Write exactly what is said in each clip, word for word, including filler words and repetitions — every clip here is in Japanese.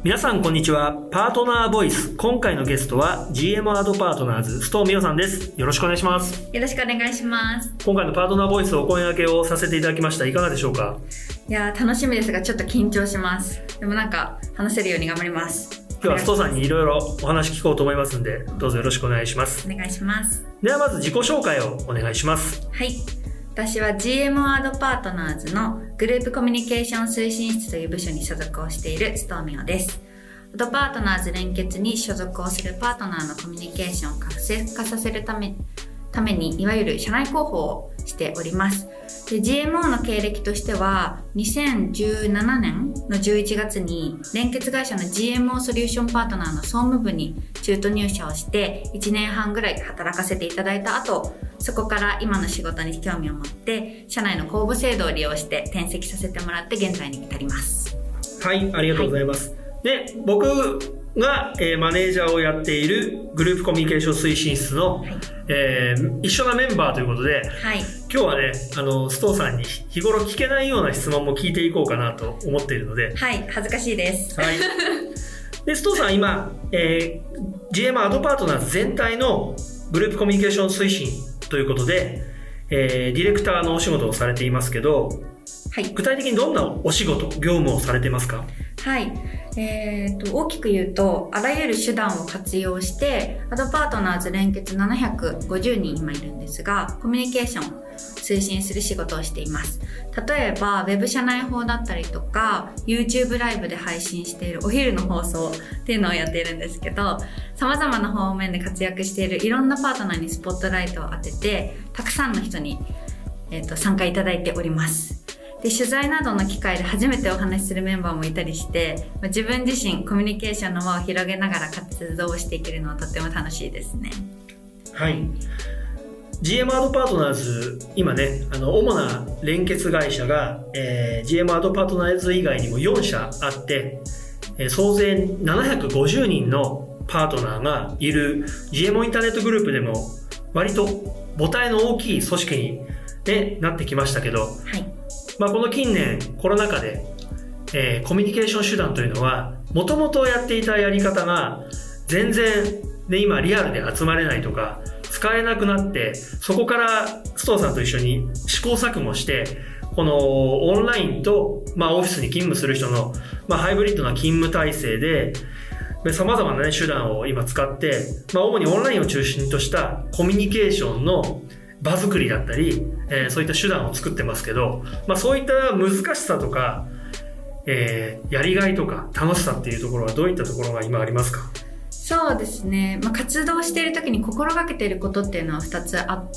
皆さんこんにちは。パートナーボイス、今回のゲストは ジーエム アドパートナーズ須藤美代さんです。よろしくお願いします。 よろしくお願いします。 今回のパートナーボイスお声掛けをさせていただきました。いかがでしょうか？ いやー楽しみですがちょっと緊張します。でもなんか話せるように頑張ります。 今日は須藤さんにいろいろお話聞こうと思いますので、どうぞよろしくお願いします。 お願いします。 ではまず自己紹介をお願いします。 はい、私は ジーエム アドパートナーズのグループコミュニケーション推進室という部署に所属をしている須藤美代です。アドパートナーズ連結に所属をするパートナーのコミュニケーションを活性化させるため、ためにいわゆる社内広報をしております。で ジーエムオー の経歴としてはにせんじゅうななねんのじゅういちがつに連結会社の ジーエムオー ソリューションパートナーの総務部に中途入社をしていちねんはんぐらい働かせていただいた後、そこから今の仕事に興味を持って社内の公募制度を利用して転籍させてもらって現在に至ります。 はい、ありがとうございます。はい、で僕が、えー、マネージャーをやっているグループコミュニケーション推進室の、はい、えー、一緒なメンバーということで、はい、今日はねあの須藤さんに日頃聞けないような質問も聞いていこうかなと思っているので、 はい、恥ずかしいです、はい、 で須藤さん今、えー、ジーエム アドパートナーズ全体のグループコミュニケーション推進ということで、えー、ディレクターのお仕事をされていますけど、はい、具体的にどんなお仕事業務をされてますか？ はい、えー、と大きく言うとあらゆる手段を活用してアドパートナーズ連結ななひゃくごじゅうにん今いるんですが、コミュニケーション推進する仕事をしています。例えばウェブ社内法だったりとか YouTube ライブで配信しているお昼の放送っていうのをやっているんですけど、様々な方面で活躍しているいろんなパートナーにスポットライトを当ててたくさんの人に、えー、と参加いただいております。で取材などの機会で初めてお話しするメンバーもいたりして、自分自身コミュニケーションの輪を広げながら活動をしていけるのはとても楽しいですね。 はい、ジーエム アドパートナーズ今ねあの主な連結会社が、えー、ジーエム アドパートナーズ以外にもよんしゃあって、えー、総勢ななひゃくごじゅうにんのパートナーがいる ジーエムオー インターネットグループでも割と母体の大きい組織に、ね、なってきましたけど、はい、まあ、この近年コロナ禍で、えー、コミュニケーション手段というのはもともとやっていたやり方が全然で今リアルで集まれないとか使えなくなって、そこから須藤さんと一緒に試行錯誤してこのオンラインと、まあ、オフィスに勤務する人の、まあ、ハイブリッドな勤務体制で様々な、ね、手段を今使って、まあ、主にオンラインを中心としたコミュニケーションの場作りだったり、えー、そういった手段を作ってますけど、まあ、そういった難しさとか、えー、やりがいとか楽しさっていうところはどういったところが今ありますか？ そうですね、まあ、活動している時に心がけていることっていうのはふたつあって、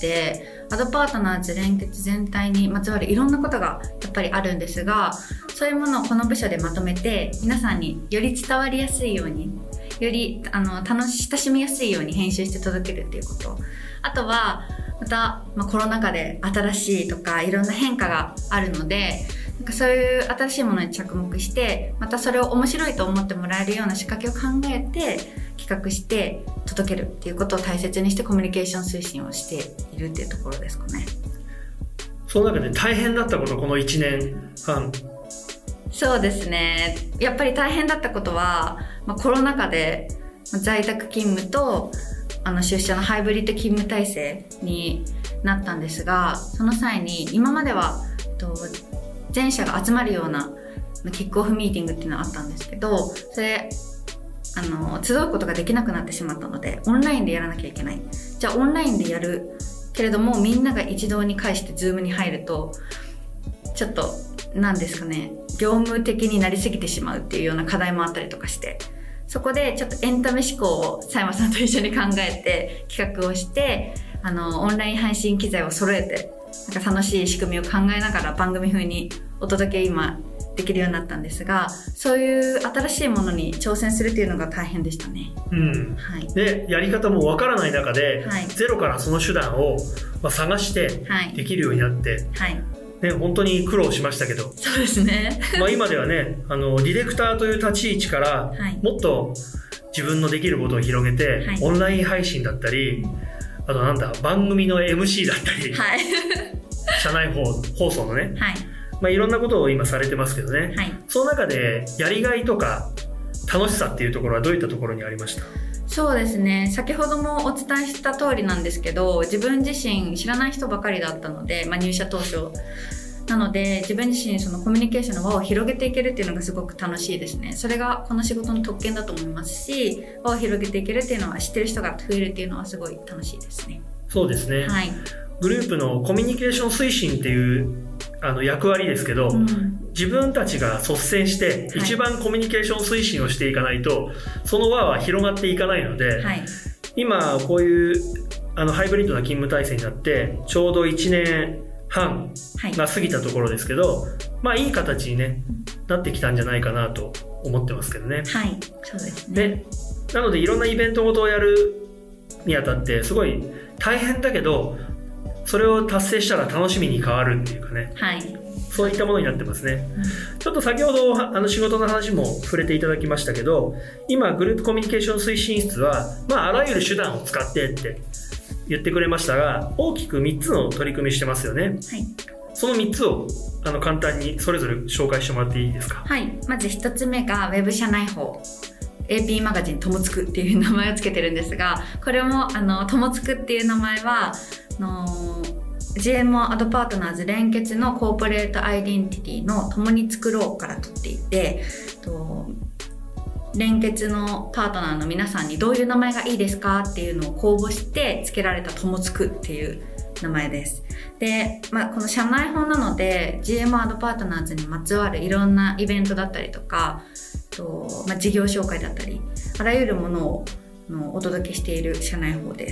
アドパートナーズ連結全体にまつわるいろんなことがやっぱりあるんですが、そういうものをこの部署でまとめて皆さんにより伝わりやすいように、よりあの楽し親しみやすいように編集して届けるっていうこと、あとはまた、まあ、コロナ禍で新しいとかいろんな変化があるので、なんかそういう新しいものに着目して、またそれを面白いと思ってもらえるような仕掛けを考えて企画して届けるっていうことを大切にしてコミュニケーション推進をしているっていうところですかね。 その中で大変だったこと、このいちねんはん。 そうですね、やっぱり大変だったことは、まあ、コロナ禍で在宅勤務とあの出社のハイブリッド勤務体制になったんですが、その際に今まではと全社が集まるようなキックオフミーティングっていうのがあったんですけど、それあの集うことができなくなってしまったのでオンラインでやらなきゃいけない。じゃあオンラインでやるけれどもみんなが一堂に会してズームに入るとちょっと何ですかね、業務的になりすぎてしまうっていうような課題もあったりとかして、そこでちょっとエンタメ思考を佐山さんと一緒に考えて企画をして、あのオンライン配信機材を揃えてなんか楽しい仕組みを考えながら番組風にお届け今できるようになったんですが、そういう新しいものに挑戦するっていうのが大変でしたね。 うん、はい、でやり方もわからない中で、はい、ゼロからその手段を、まあ、探してできるようになって、はいはいね、本当に苦労しましたけど、 そうですね、 まあ、今ではねあのディレクターという立ち位置から、はい、もっと自分のできることを広げて、はい、オンライン配信だったり、あとなんだ番組の エムシー だったり、はい、社内放, 放送のね、はいまあ、いろんなことを今されてますけどね、はい、その中でやりがいとか楽しさっていうところはどういったところにありました？ そうですね、先ほどもお伝えした通りなんですけど、自分自身知らない人ばかりだったので、まあ、入社当初なので自分自身そのコミュニケーションの輪を広げていけるっていうのがすごく楽しいですね。それがこの仕事の特権だと思いますし、輪を広げていけるっていうのは、知ってる人が増えるっていうのはすごい楽しいですね。 そうですね、 はい、 グループのコミュニケーション推進っていうあの役割ですけど、うん、自分たちが率先して一番コミュニケーション推進をしていかないと、はい、その輪は広がっていかないので、はい、今こういうあのハイブリッドな勤務体制になってちょうどいちねんはんが過ぎたところですけど、はい、まあいい形に、ね、なってきたんじゃないかなと思ってますけどね。 はい、そうですね。 で、なのでいろんなイベントごとをやるにあたってすごい大変だけど、それを達成したら楽しみに変わるっていうかね、はい、そういったものになってますね、うん、ちょっと先ほどあの仕事の話も触れていただきましたけど、今グループコミュニケーション推進室は、まあ、あらゆる手段を使ってって言ってくれましたが、大きくみっつの取り組みしてますよね、はい、そのみっつをあの簡単にそれぞれ紹介してもらっていいですか？ はい、まずひとつめがウェブ社内法、 エーピー マガジンともつくっていう名前をつけてるんですが、これもあのともつくっていう名前はあの ジーエムオー アドパートナーズ連結のコーポレートアイデンティティの共に作ろうから取っていて、と連結のパートナーの皆さんにどういう名前がいいですかっていうのを公募して付けられたともつくっていう名前です。で、まあ、この社内法なので ジーエムオー アドパートナーズにまつわるいろんなイベントだったりとか、と、まあ、事業紹介だったり、あらゆるものをのお届けしている社内法です。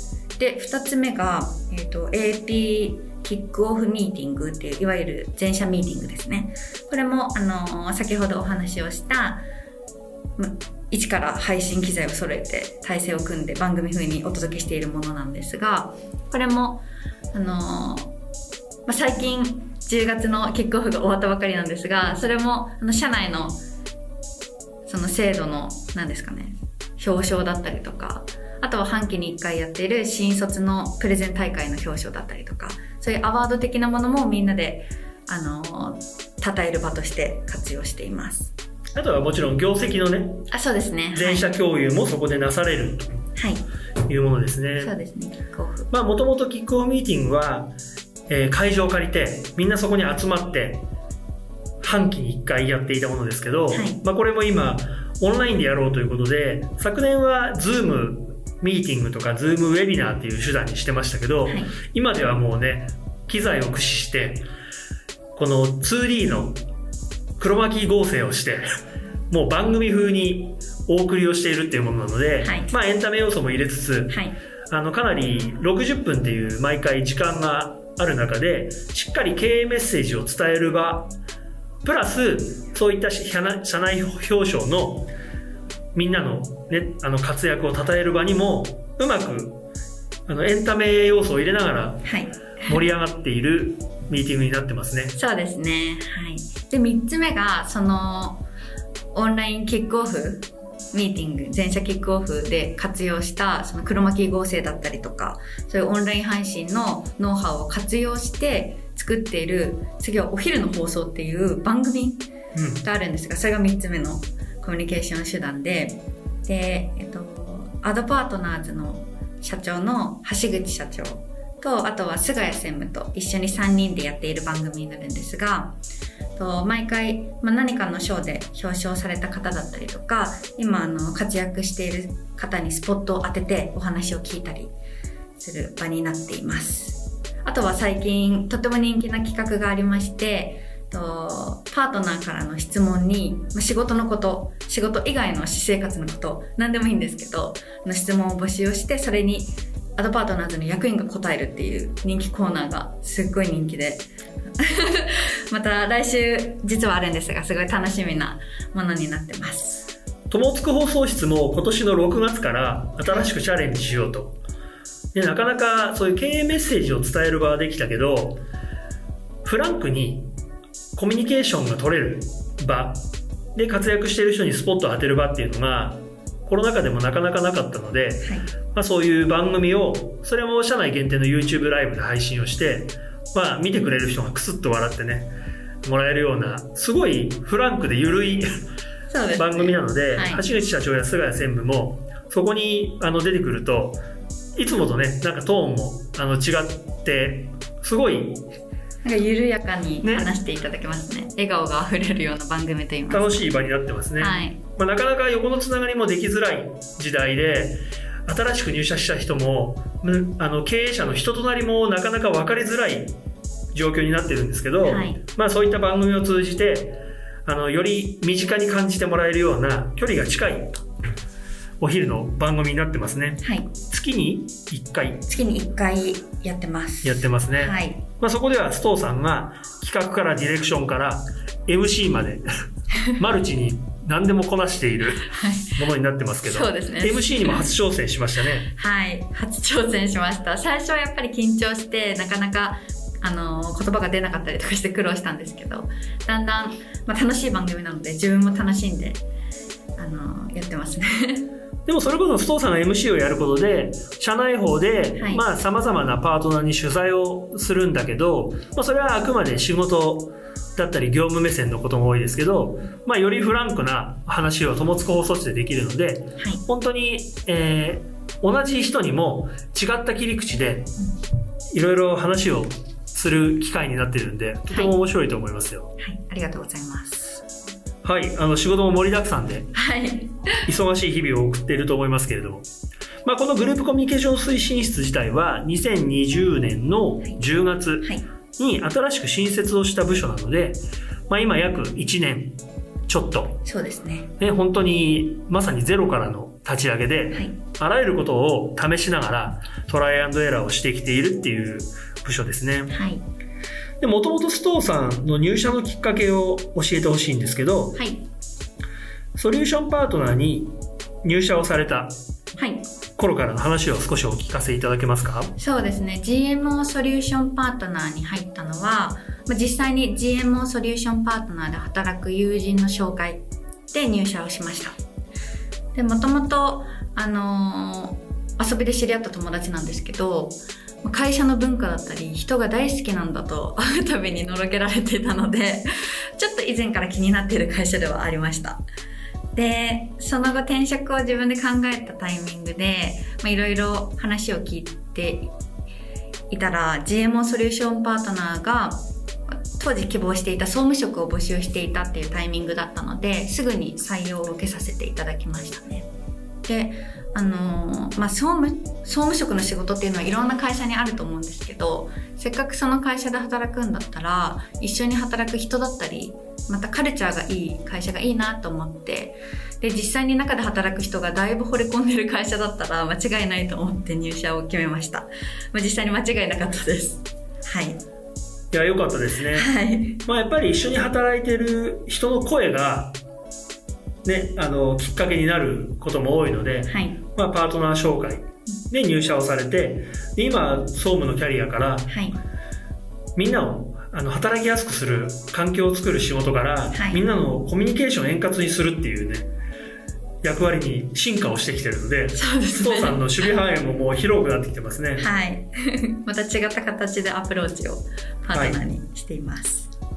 で、ふたつめが、えーと、エーピー キックオフミーティングっていう、いわゆる全社ミーティングですね。これも、あの、先ほどお話をした、一から配信機材を揃えて体制を組んで番組風にお届けしているものなんですが、これも、あの、まあ、最近じゅうがつのキックオフが終わったばかりなんですが、それも、あの、社内の、その制度の、何ですかね、表彰だったりとか、あとは半期にいっかいやっている新卒のプレゼン大会の表彰だったりとか、そういうアワード的なものもみんなであの称える場として活用しています。 あとはもちろん業績のね、 あ、そうですね、 全社共有もそこでなされるというものですね。はい、 そうですね、キックオフ。 まあもともとキックオフミーティングは、えー、会場を借りてみんなそこに集まって半期にいっかいやっていたものですけど、はい、まあこれも今オンラインでやろうということで、昨年は Zoomミーティングとか Zoom ウェビナーっていう手段にしてましたけど、はい、今ではもうね、機材を駆使してこの ツーディー の黒巻き合成をしてもう番組風にお送りをしているっていうものなので、はい、まあエンタメ要素も入れつつ、はい、あのかなりろくじゅっぷんっていう毎回時間がある中でしっかり経営メッセージを伝える場プラス、そういった社内表彰のみんなの、ね、あの活躍を称える場にもうまくあのエンタメ要素を入れながら盛り上がっているミーティングになってますね。はい、 そうですね、はい、でみっつめがそのオンラインキックオフミーティング、全社キックオフで活用したその黒巻き合成だったりとか、そういうオンライン配信のノウハウを活用して作っている、次はお昼の放送っていう番組があるんですが、うん、それがみっつめのコミュニケーション手段で、で、えっと、アドパートナーズの社長の橋口社長と、あとは菅谷専務と一緒にさんにんでやっている番組になるんですが、と毎回、まあ、何かの賞で表彰された方だったりとか、今あの活躍している方にスポットを当ててお話を聞いたりする場になっています。あとは最近とても人気な企画がありまして、とパートナーからの質問に仕事のこと、仕事以外の私生活のこと何でもいいんですけどの質問を募集をして、それにアドパートナーズの役員が答えるっていう人気コーナーがすっごい人気でまた来週実はあるんですが、すごい楽しみなものになってます。 ともつく放送室も今年のろくがつから新しくチャレンジしようと。でなかなかそういう経営メッセージを伝える場はできたけど、フランクにコミュニケーションが取れる場で活躍している人にスポットを当てる場っていうのがコロナ禍でもなかなかなかったので、はい、まあ、そういう番組をそれも社内限定の YouTube ライブで配信をして、まあ、見てくれる人がクスッと笑ってねもらえるような、すごいフランクで緩い番組なので、 はい、 橋口社長や菅谷専務もそこにあの出てくるといつもとねなんかトーンもあの違ってすごいなんか緩やかに話していただけますね。笑顔があふれるような番組といいますか楽しい場になってますね、 はい。 まあ、なかなか横のつながりもできづらい時代で新しく入社した人もあの経営者の人となりもなかなか分かりづらい状況になってるんですけど、はい、まあ、そういった番組を通じてあのより身近に感じてもらえるような距離が近いお昼の番組になってますね、 はい、 月にいっかい月にいっかいやってますやってますね、 はい。 まあ、そこでは須藤さんが企画からディレクションから エムシー までマルチに何でもこなしているものになってますけど、 そうですね、 エムシー にも初挑戦しましたね。 はい、初挑戦しました。最初はやっぱり緊張してなかなかあの言葉が出なかったりとかして苦労したんですけど、だんだん、まあ、楽しい番組なので自分も楽しんであのやってますねでもそれこそ須藤さんが エムシー をやることで社内法でさまざまなパートナーに取材をするんだけど、まあ、それはあくまで仕事だったり業務目線のことも多いですけど、まあ、よりフランクな話を友津放送地でできるので、はい、本当に、えー、同じ人にも違った切り口でいろいろ話をする機会になってるんでとても面白いと思いますよ。 はい、はい、ありがとうございます。 はい、あの仕事も盛りだくさんで、 はい、 忙しい日々を送っていると思いますけれども、まあ、このグループコミュニケーション推進室自体はにせんにじゅうねんのじゅうがつに新しく新設をした部署なので、まあ、今約いちねんちょっと、 そうですね、 ね、本当にまさにゼロからの立ち上げで、はい、あらゆることを試しながらトライアンドエラーをしてきているっていう部署ですね。 はい。 でもともと須藤さんの入社のきっかけを教えてほしいんですけど、 はい、 ソリューションパートナーに入社をされた頃からの話を少しお聞かせいただけますか？ そうですね、 ジーエムオー ソリューションパートナーに入ったのは、まあ、実際に ジーエムオー ソリューションパートナーで働く友人の紹介で入社をしました。で、もともとあのー、遊びで知り合った友達なんですけど、会社の文化だったり人が大好きなんだと会うたびにのろけられていたので、ちょっと以前から気になっている会社ではありました。で、その後転職を自分で考えたタイミングでいろいろ話を聞いていたら ジーエムオー ソリューションパートナーが当時希望していた総務職を募集していたっていうタイミングだったので、すぐに採用を受けさせていただきましたね。で、あのーまあ、総務、総務職の仕事っていうのはいろんな会社にあると思うんですけど、せっかくその会社で働くんだったら一緒に働く人だったりまたカルチャーがいい会社がいいなと思って、で実際に中で働く人がだいぶ惚れ込んでる会社だったら間違いないと思って入社を決めました。まあ、実際に間違いなかったです。はい。 いや、良かったですね。 はい。 まあ、やっぱり一緒に働いてる人の声がね、あのきっかけになることも多いので、はい、まあ、パートナー紹介で入社をされて、で今総務のキャリアから、はい、みんなをあの働きやすくする環境を作る仕事から、はい、みんなのコミュニケーションを円滑にするっていうね役割に進化をしてきてるので、 そうですね、 須藤さんの守備範囲ももう広くなってきてますね。 はいまた違った形でアプローチをパートナーにしています、はい、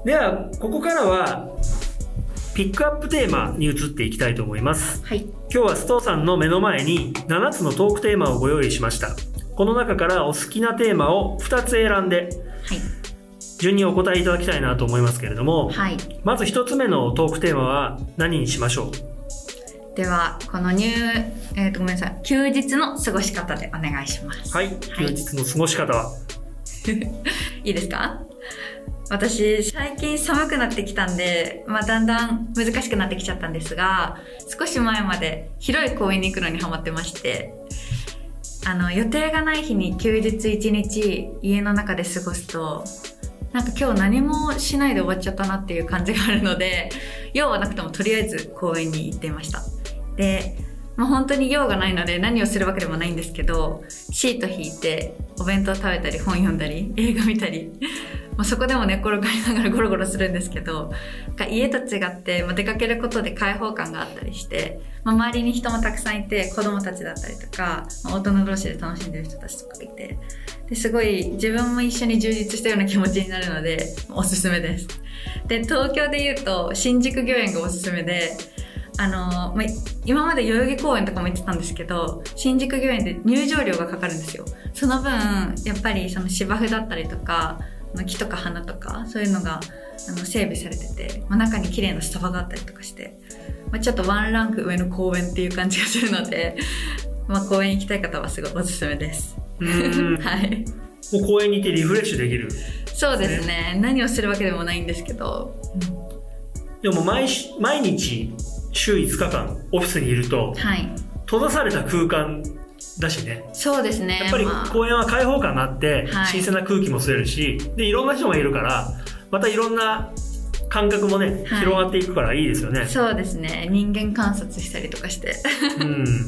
ではここからはピックアップテーマに移っていきたいと思います、はい、今日は須藤さんの目の前にななつのトークテーマをご用意しました。この中からお好きなテーマをふたつ選んで、はい、順にお答えいただきたいなと思いますけれども、はい、まずひとつめのトークテーマは何にしましょう？ ではこのニュー、えーと、ごめんなさい、休日の過ごし方でお願いします。 はい、休日の過ごし方は、はい、 いいですか？私最近寒くなってきたんで、まあ、だんだん難しくなってきちゃったんですが、少し前まで広い公園に行くのにハマってまして、あの予定がない日に休日一日家の中で過ごすと、なんか今日何もしないで終わっちゃったなっていう感じがあるので、用はなくてもとりあえず公園に行っていました。で、まあ、本当に用がないので何をするわけでもないんですけど、シート引いてお弁当食べたり本読んだり映画見たり、 まあ、そこでも寝っ転がりながらゴロゴロするんですけど、家と違って、まあ、出かけることで開放感があったりして、まあ、周りに人もたくさんいて、子供たちだったりとか、まあ、大人同士で楽しんでる人たちとかいて、ですごい自分も一緒に充実したような気持ちになるのでおすすめです。で、東京でいうと新宿御苑がおすすめで、あの、まあ、今まで代々木公園とかも行ってたんですけど、新宿御苑で入場料がかかるんですよ。その分やっぱりその芝生だったりとか木とか花とかそういうのがあの整備されてて、まあ、中に綺麗なスタバがあったりとかして、まあ、ちょっとワンランク上の公園っていう感じがするので、まあ、公園行きたい方はすごいおすすめです。 うーんはい。 もう公園にいてリフレッシュできる。 そうですね。何をするわけでもないんですけど、うん、 でも 毎, 毎日週いつかかんオフィスにいると、 はい、 閉ざされた空間だしね。 そうですね。 やっぱり公園は開放感があって、 まあ、 新鮮な空気も吸えるし、でいろんな人がいるからまたいろんな感覚もね、はい、広がっていくからいいですよね。 そうですね。人間観察したりとかして、うん、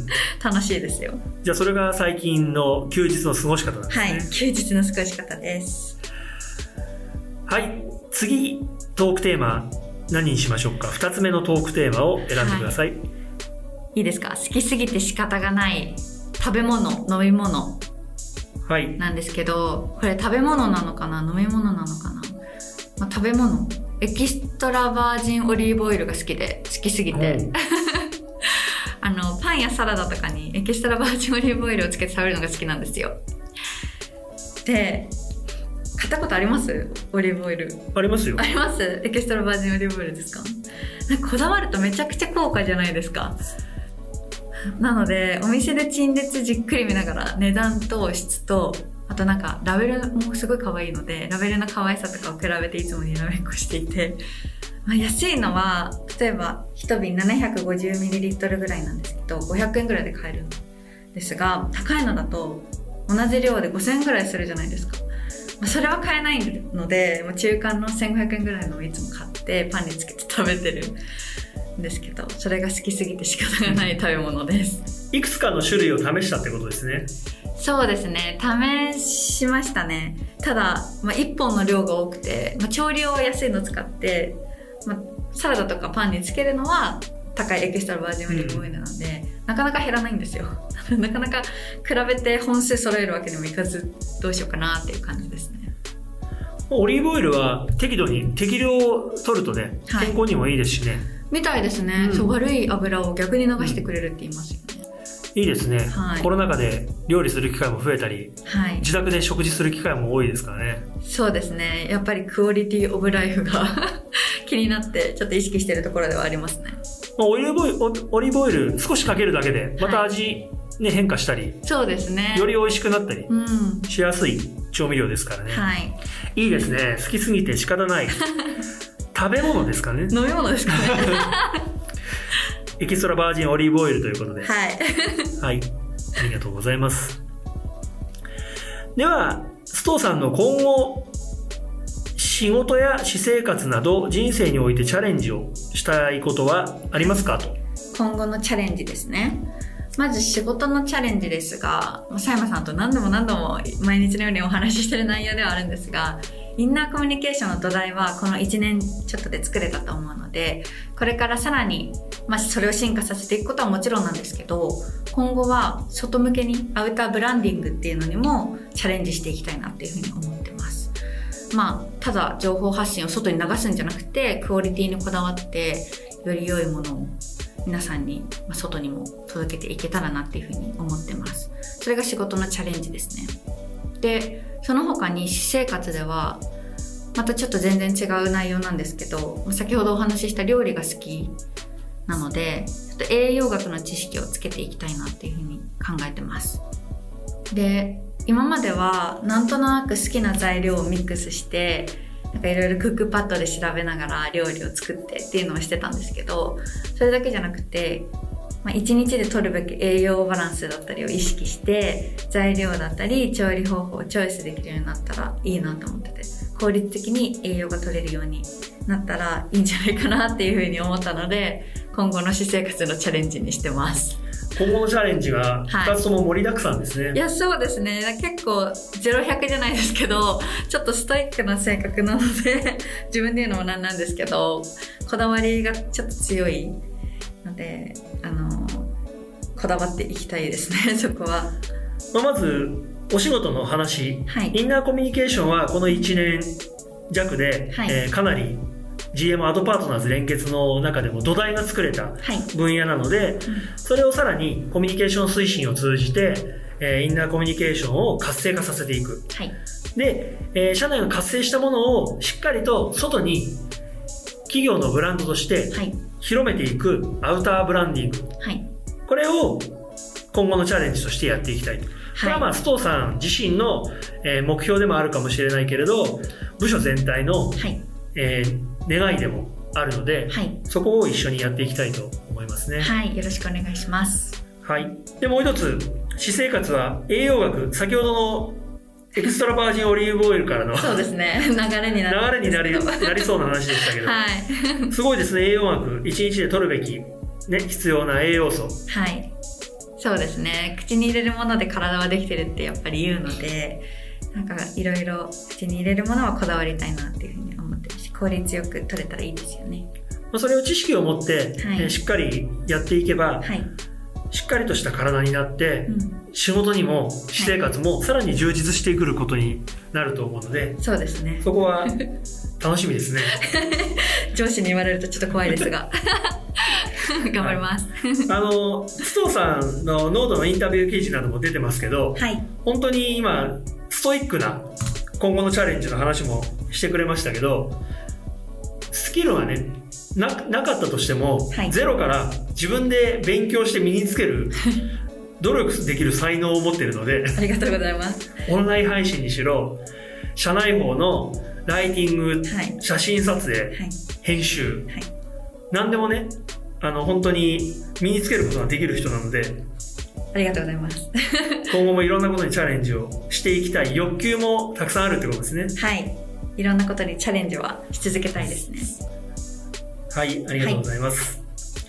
楽しいですよ。 じゃあそれが最近の休日の過ごし方なんですね。 はい、休日の過ごし方です。 はい、次トークテーマ何にしましょうか。ふたつめのトークテーマを選んでください。はい、 いいですか。好きすぎて仕方がない食べ物、飲み物なんですけど、これ食べ物なのかな、飲み物なのかな。まあ、食べ物、エキストラバージンオリーブオイルが好きで、好きすぎてあのパンやサラダとかにエキストラバージンオリーブオイルをつけて食べるのが好きなんですよ。で、買ったことあります？オリーブオイル。 ありますよ。 あります？エキストラバージンオリーブオイルですか？なんかこだわるとめちゃくちゃ高価じゃないですか。なのでお店で陳列じっくり見ながら値段と質と、あとなんかラベルもすごい可愛いので、ラベルの可愛さとかを比べていつもにらめっこしていて、まあ、安いのは例えばいちびん ななひゃくごじゅうミリリットル ぐらいなんですけどごひゃくえんぐらいで買えるんですが、高いのだと同じ量でごせんえんぐらいするじゃないですか。まあ、それは買えないので、まあ、中間のせんごひゃくえんぐらいのをいつも買ってパンにつけて食べてるんですけど、それが好きすぎて仕方がない食べ物です。 いくつかの種類を試したってことですね。 そうですね、試しましたね。ただ、まあ、いっぽんの量が多くて、まあ、調理用安いの使って、まあ、サラダとかパンにつけるのは高いエキストラバージンオリーブオイルなんで、うん、なかなか減らないんですよなかなか比べて本数揃えるわけにもいかず、どうしようかなっていう感じですね。 オリーブオイルは適度に適量を取るとね、健康にもいいですしね、はい、 みたいですね、うん、そう、悪い油を逆に流してくれるって言いますよね、 うん、いいですね、 はい、 コロナ禍で料理する機会も増えたり、 はい、 自宅で食事する機会も多いですからね。 そうですね、やっぱりクオリティオブライフが気になってちょっと意識してるところではありますね。 オリーブオイル、オリーブオイル少しかけるだけでまた味、ね、変化したり、 そうですね、 より美味しくなったりしやすい調味料ですからね、 はい、 いいですね。好きすぎて仕方ない食べ物ですかね。 飲み物ですかねエキストラバージンオリーブオイルということで、 はいはい、ありがとうございます。では須藤さんの今後仕事や私生活など人生においてチャレンジをしたいことはありますかと。 今後のチャレンジですね。まず仕事のチャレンジですが、佐山さんと何度も何度も毎日のようにお話ししている内容ではあるんですが、インナーコミュニケーションの土台はこのいちねんちょっとで作れたと思うので、これからさらに、まあ、それを進化させていくことはもちろんなんですけど、今後は外向けにアウターブランディングっていうのにもチャレンジしていきたいなっていうふうに思ってます。まあ、ただ情報発信を外に流すんじゃなくて、クオリティにこだわってより良いものを皆さんに、まあ、外にも届けていけたらなっていうふうに思ってます。それが仕事のチャレンジですね。で、その他に私生活ではまたちょっと全然違う内容なんですけど、先ほどお話しした料理が好きなので、ちょっと栄養学の知識をつけていきたいなっていうふうに考えてます。で、今まではなんとなく好きな材料をミックスしてなんかいろいろクックパッドで調べながら料理を作ってっていうのをしてたんですけど、それだけじゃなくて、まあ、いちにちで取るべき栄養バランスだったりを意識して材料だったり調理方法をチョイスできるようになったらいいなと思ってて、効率的に栄養が取れるようになったらいいんじゃないかなっていうふうに思ったので、今後の私生活のチャレンジにしてます。 今後のチャレンジがふたつとも盛りだくさんですね。 はい、いやそうですね、結構ゼロひゃくじゃないですけどちょっとストイックな性格なので自分で言うのもなんなんですけどこだわりがちょっと強いのであのこだわっていきたいですねそこは。 まあ、まずお仕事の話、 はい、 インナーコミュニケーションはこのいちねん弱で、はい、えー、かなり ジーエム アドパートナーズ連結の中でも土台が作れた分野なので、はい、それをさらにコミュニケーション推進を通じて、えー、インナーコミュニケーションを活性化させていく、はい、で、えー、社内が活性したものをしっかりと外に企業のブランドとして広めていくアウターブランディング、はい、これを今後のチャレンジとしてやっていきたいと。これはまあ須藤さん自身の目標でもあるかもしれないけれど部署全体の、はい、えー、願いでもあるので、はい、そこを一緒にやっていきたいと思いますね。 はい、よろしくお願いします。 はい。でもう一つ、私生活は栄養学、先ほどのエクストラバージンオリーブオイルからのそうですね、流れになる流れになりなりそうな話でしたけど、はい、すごいですね。栄養学いちにちで摂るべき、ね、必要な栄養素。 はい。そうですね、口に入れるもので体はできてるってやっぱり言うので、なんかいろいろ口に入れるものはこだわりたいなっていうふうに思ってるし、効率よく取れたらいいですよね。 それを知識を持って、はい、しっかりやっていけば、はい、しっかりとした体になって、うん、仕事にも私生活もさらに充実してくることになると思うので、 そうですね、 そこは楽しみですね上司に言われるとちょっと怖いですが頑張ります、 はい、あの須藤さんのノートのインタビュー記事なども出てますけど、はい、本当に今ストイックな今後のチャレンジの話もしてくれましたけど、スキルがね な, なかったとしても、はい、ゼロから自分で勉強して身につける努力できる才能を持っているのでありがとうございます。 オンライン配信にしろ社内法のライティング、はい、写真撮影、はい、編集、はい、何でもねあの本当に身につけることができる人なのでありがとうございます今後もいろんなことにチャレンジをしていきたい欲求もたくさんあるってことですね。 はい、いろんなことにチャレンジはし続けたいですね。 はい、ありがとうございます、はい、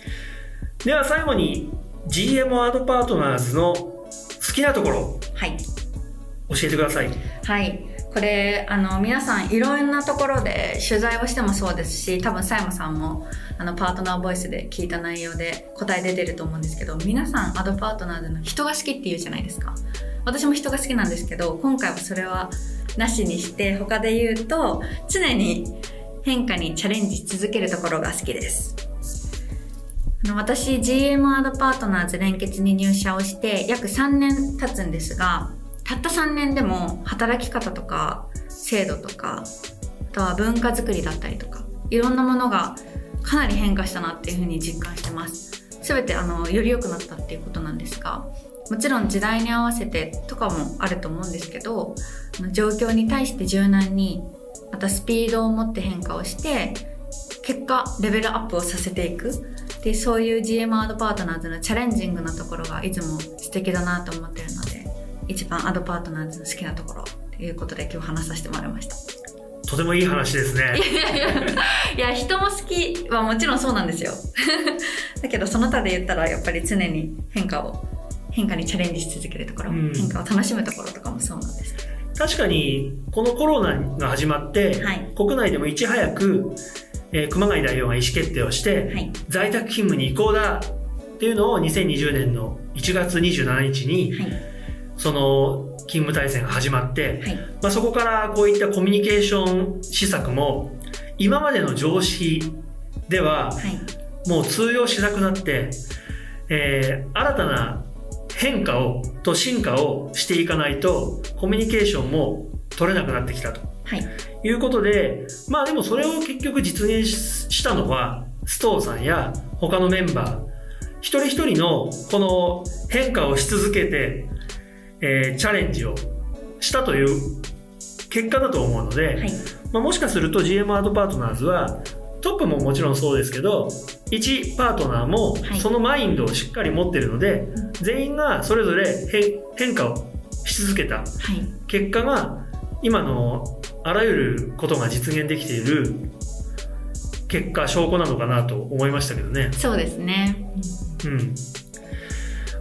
では最後に ジーエム アドパートナーズの好きなところ、はい、教えてください。 はい、これあの皆さんいろんなところで取材をしてもそうですし、多分佐山さんもあのパートナーボイスで聞いた内容で答え出てると思うんですけど、皆さんアドパートナーズの人が好きって言うじゃないですか。私も人が好きなんですけど、今回はそれはなしにして他で言うと常に変化にチャレンジし続けるところが好きです。あの私 ジーエム アドパートナーズ連結に入社をして約さんねん経つんですが、たったさんねんでも働き方とか制度とかあとは文化づくりだったりとかいろんなものがかなり変化したなっていうふうに実感してます。すべてあのより良くなったっていうことなんですが、もちろん時代に合わせてとかもあると思うんですけど、状況に対して柔軟にまたスピードを持って変化をして結果レベルアップをさせていくで、そういう ジーエム アドパートナーズのチャレンジングなところがいつも素敵だなと思っているので、一番アドパートナーズの好きなところということで今日話させてもらいました。 とてもいい話ですね。 いやいやいや、人も好きはもちろんそうなんですよだけどその他で言ったらやっぱり常に変化を変化にチャレンジし続けるところ、うん、変化を楽しむところとかもそうなんです。 確かにこのコロナが始まって、はい、国内でもいち早く、えー、熊谷代表が意思決定をして、はい、在宅勤務に移行だっていうのをにせんにじゅうねんのいちがつにじゅうしちにちに、はい、その勤務体制が始まって、はい、まあ、そこからこういったコミュニケーション施策も今までの常識ではもう通用しなくなって、えー、新たな変化をと進化をしていかないとコミュニケーションも取れなくなってきたと、はい、いうことで、まあでもそれを結局実現したのは須藤さんや他のメンバー一人一人のこの変化をし続けて、えー、チャレンジをしたという結果だと思うので、はい、まあ、もしかすると ジーエム アドパートナーズはトップももちろんそうですけどいちパートナーもそのマインドをしっかり持っているので、はい、全員がそれぞれ変化をし続けた結果が今のあらゆることが実現できている結果証拠なのかなと思いましたけどね。 そうですね、 うん、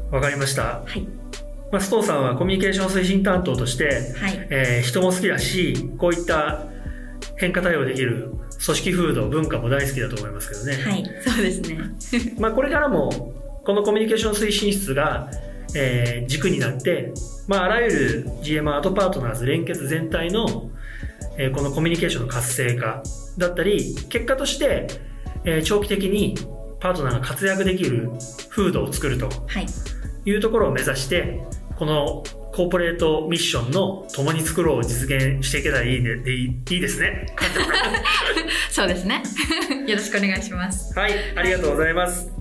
わかりました。 はい。 まあ、須藤さんはコミュニケーション推進担当として、 はい、 えー、人も好きだし、こういった変化対応できる組織風土、文化も大好きだと思いますけどね。 はい、そうですね。 まあこれからもこのコミュニケーション推進室が、えー、軸になって、まあ、あらゆる ジーエム アートパートナーズ連結全体の、えー、このコミュニケーションの活性化だったり、結果として、えー、長期的にパートナーが活躍できる風土を作るというところを目指して、このコーポレートミッションの共に作ろうを実現していけたらいい、ね、いい、いいですね。 そうですね。よろしくお願いします。 はい、ありがとうございます。はい、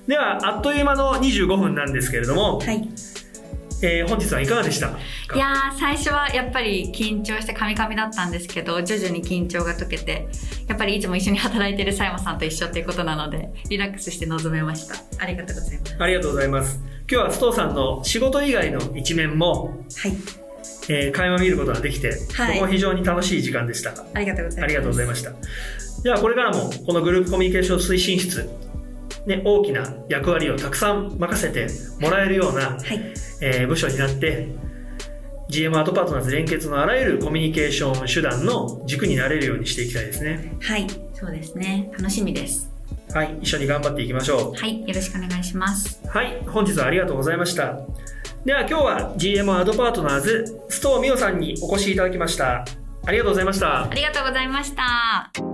では、あっという間のにじゅうごふんなんですけれども、 はい、 えー、本日はいかがでしたか？ いやー、最初はやっぱり緊張してカミカミだったんですけど、徐々に緊張が解けて、やっぱりいつも一緒に働いている佐山さんと一緒っていうことなので、リラックスして臨めました。ありがとうございます。 ありがとうございます。今日は須藤さんの仕事以外の一面も、 はい、 えー、垣間見ることができて、はい、とても非常に楽しい時間でした。 ありがとうございます。 ありがとうございました。ではこれからもこのグループコミュニケーション推進室、ね、大きな役割をたくさん任せてもらえるような、はい、えー、部署になって ジーエム アートパートナーズ連結のあらゆるコミュニケーション手段の軸になれるようにしていきたいですね。 はい、そうですね。楽しみです。 はい、一緒に頑張っていきましょう。 はい、よろしくお願いします。 はい、本日はありがとうございました。では今日は ジーエム アートパートナーズ須藤美代さんにお越しいただきました。ありがとうございました。 ありがとうございました。